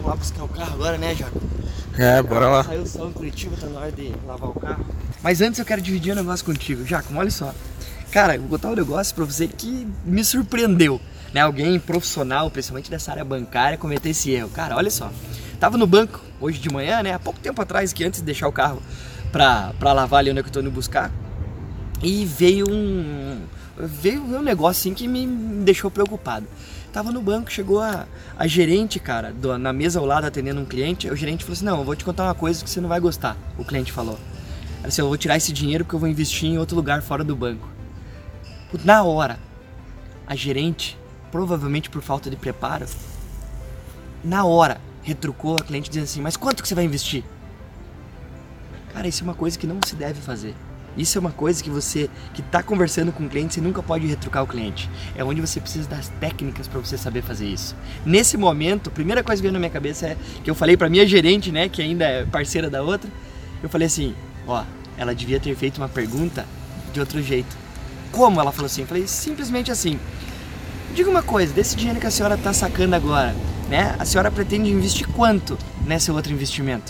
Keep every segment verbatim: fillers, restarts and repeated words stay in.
Vamos lá buscar o carro agora, né, Jaco? É, bora lá. Saiu o sol em Curitiba, tá na hora de lavar o carro. Mas antes eu quero dividir um negócio contigo. Jaco, olha só. Cara, eu vou botar um negócio pra você que me surpreendeu, né? Alguém profissional, principalmente dessa área bancária, cometer esse erro. Cara, olha só. Tava no banco hoje de manhã, né? Há pouco tempo atrás, que antes de deixar o carro pra, pra lavar ali onde eu tô indo buscar. E veio um... Veio um negócio assim que me deixou preocupado. Tava no banco, chegou a, a gerente, cara, do, na mesa ao lado atendendo um cliente. O gerente falou assim, não, eu vou te contar uma coisa que você não vai gostar. O cliente falou. Ela assim, eu vou tirar esse dinheiro porque eu vou investir em outro lugar fora do banco. Na hora, a gerente, provavelmente por falta de preparo, na hora, retrucou a cliente dizendo assim, mas quanto que você vai investir? Cara, isso é uma coisa que não se deve fazer. Isso é uma coisa que você, que está conversando com o cliente, você nunca pode retrucar o cliente. É onde você precisa das técnicas para você saber fazer isso. Nesse momento, a primeira coisa que veio na minha cabeça é que eu falei para minha gerente, né, que ainda é parceira da outra, eu falei assim, ó, ela devia ter feito uma pergunta de outro jeito. Como ela falou assim? Eu falei simplesmente assim, diga uma coisa, desse dinheiro que a senhora está sacando agora, né, a senhora pretende investir quanto nesse outro investimento?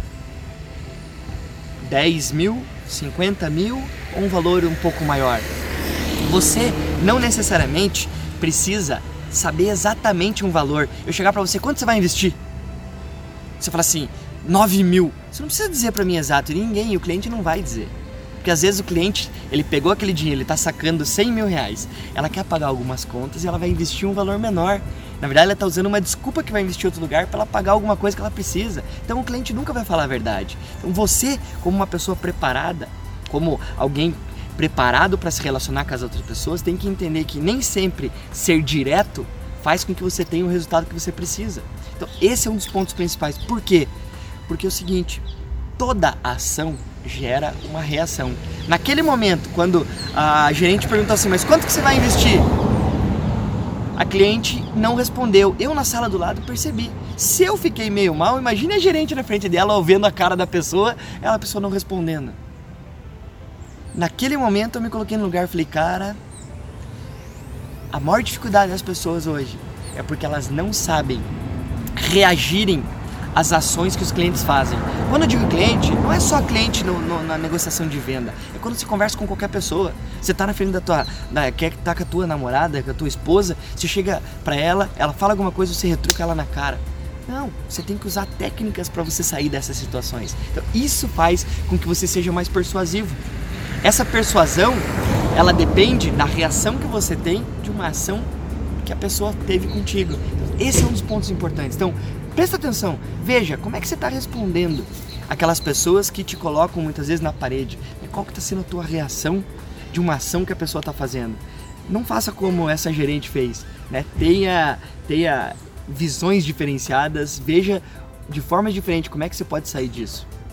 dez mil? cinquenta mil ou um valor um pouco maior? Você não necessariamente precisa saber exatamente um valor. Eu chegar pra você, quanto você vai investir? Você fala assim, nove mil. Você não precisa dizer pra mim exato, ninguém, o cliente não vai dizer. Porque às vezes o cliente, ele pegou aquele dinheiro, ele tá sacando cem mil reais. Ela quer pagar algumas contas e ela vai investir um valor menor. Na verdade, ela está usando uma desculpa que vai investir em outro lugar para ela pagar alguma coisa que ela precisa. Então o cliente nunca vai falar a verdade. Então você, como uma pessoa preparada, como alguém preparado para se relacionar com as outras pessoas, tem que entender que nem sempre ser direto faz com que você tenha o resultado que você precisa. Então esse é um dos pontos principais. Por quê? Porque é o seguinte, toda ação gera uma reação. Naquele momento, quando a gerente perguntou assim, mas quanto que você vai investir? A cliente não respondeu. Eu na sala do lado percebi. Se eu fiquei meio mal, imagine a gerente na frente dela, ou vendo a cara da pessoa, ela a pessoa não respondendo. Naquele momento eu me coloquei no lugar e falei, cara, a maior dificuldade das pessoas hoje é porque elas não sabem reagirem às ações que os clientes fazem. Quando eu digo cliente, não é só cliente no, no, na negociação de venda, é quando você conversa com qualquer pessoa. Você tá na frente da tua, da, quer tá com a tua namorada, com a tua esposa, você chega pra ela, ela fala alguma coisa, você retruca ela na cara. Não, você tem que usar técnicas para você sair dessas situações. Então isso faz com que você seja mais persuasivo. Essa persuasão, ela depende da reação que você tem de uma ação que a pessoa teve contigo. Então, esse é um dos pontos importantes. Então, presta atenção, veja como é que você está respondendo aquelas pessoas que te colocam muitas vezes na parede. Qual que está sendo a tua reação de uma ação que a pessoa está fazendo? Não faça como essa gerente fez, né? Tenha, tenha visões diferenciadas, veja de forma diferente como é que você pode sair disso.